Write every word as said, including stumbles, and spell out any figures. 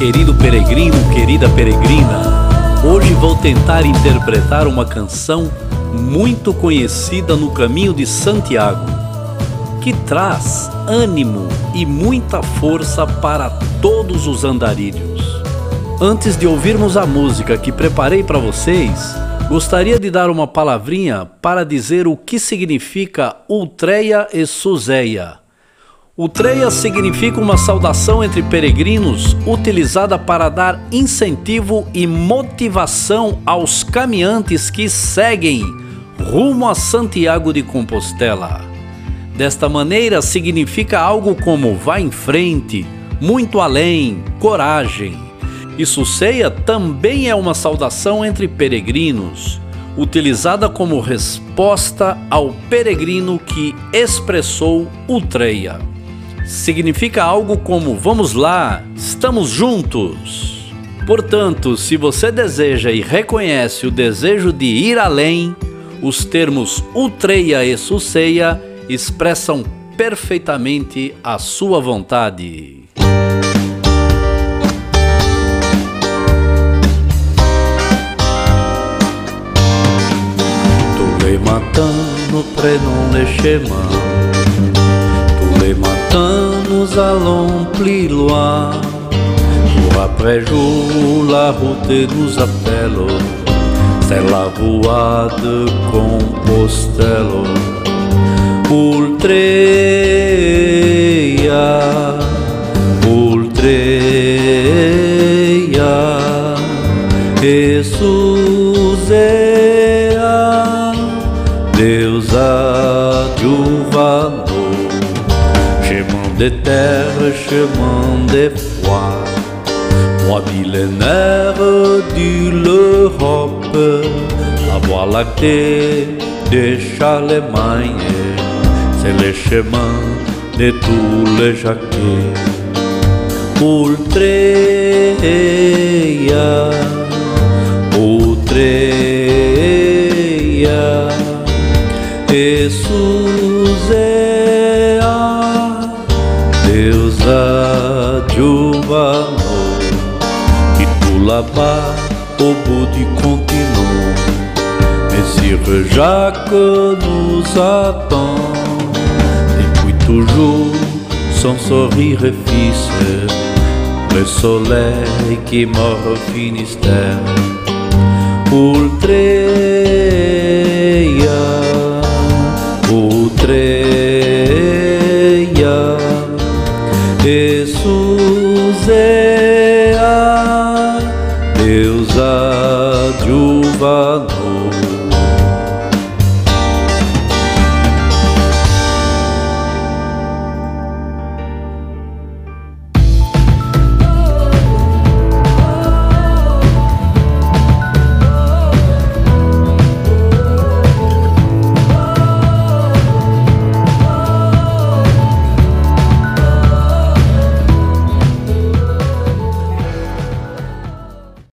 querido peregrino, querida peregrina. Hoje vou tentar interpretar uma canção muito conhecida no caminho de Santiago, que traz ânimo e muita força para todos os andarilhos. Antes de ouvirmos a música que preparei para vocês, gostaria de dar uma palavrinha para dizer o que significa Ultreia e Suzeia. Ultreia significa uma saudação entre peregrinos utilizada para dar incentivo e motivação aos caminhantes que seguem rumo a Santiago de Compostela. Desta maneira significa algo como vá em frente, muito além, coragem. E Suzeia também é uma saudação entre peregrinos, utilizada como resposta ao peregrino que expressou Ultreia. Significa algo como vamos lá, estamos juntos. Portanto, se você deseja e reconhece o desejo de ir além, os termos Ultreia e Suzeia expressam perfeitamente a sua vontade. Tous les matins nous prenons les chemins, tous les matins nous allons plus loin. Jour après jour la route nous appelle, c'est la voie de Compostela. Ultreia, Ultreia e Suzeia, Deus adjuvanou. Chemin de terre, chemin de foi, roi millénaire de l'Europe, la voie lactée de Charlemagne, c'est le chemin de tous les Jacquets. Ultreia, Ultreia e Suzeia, Deus adjuvanou. Et tout là-bas, au bout du continent, Messire Jacques nous attend. Depuis toujours, son sourire fixe, le soleil qui mord au Finistère. Ultreia, Ultreia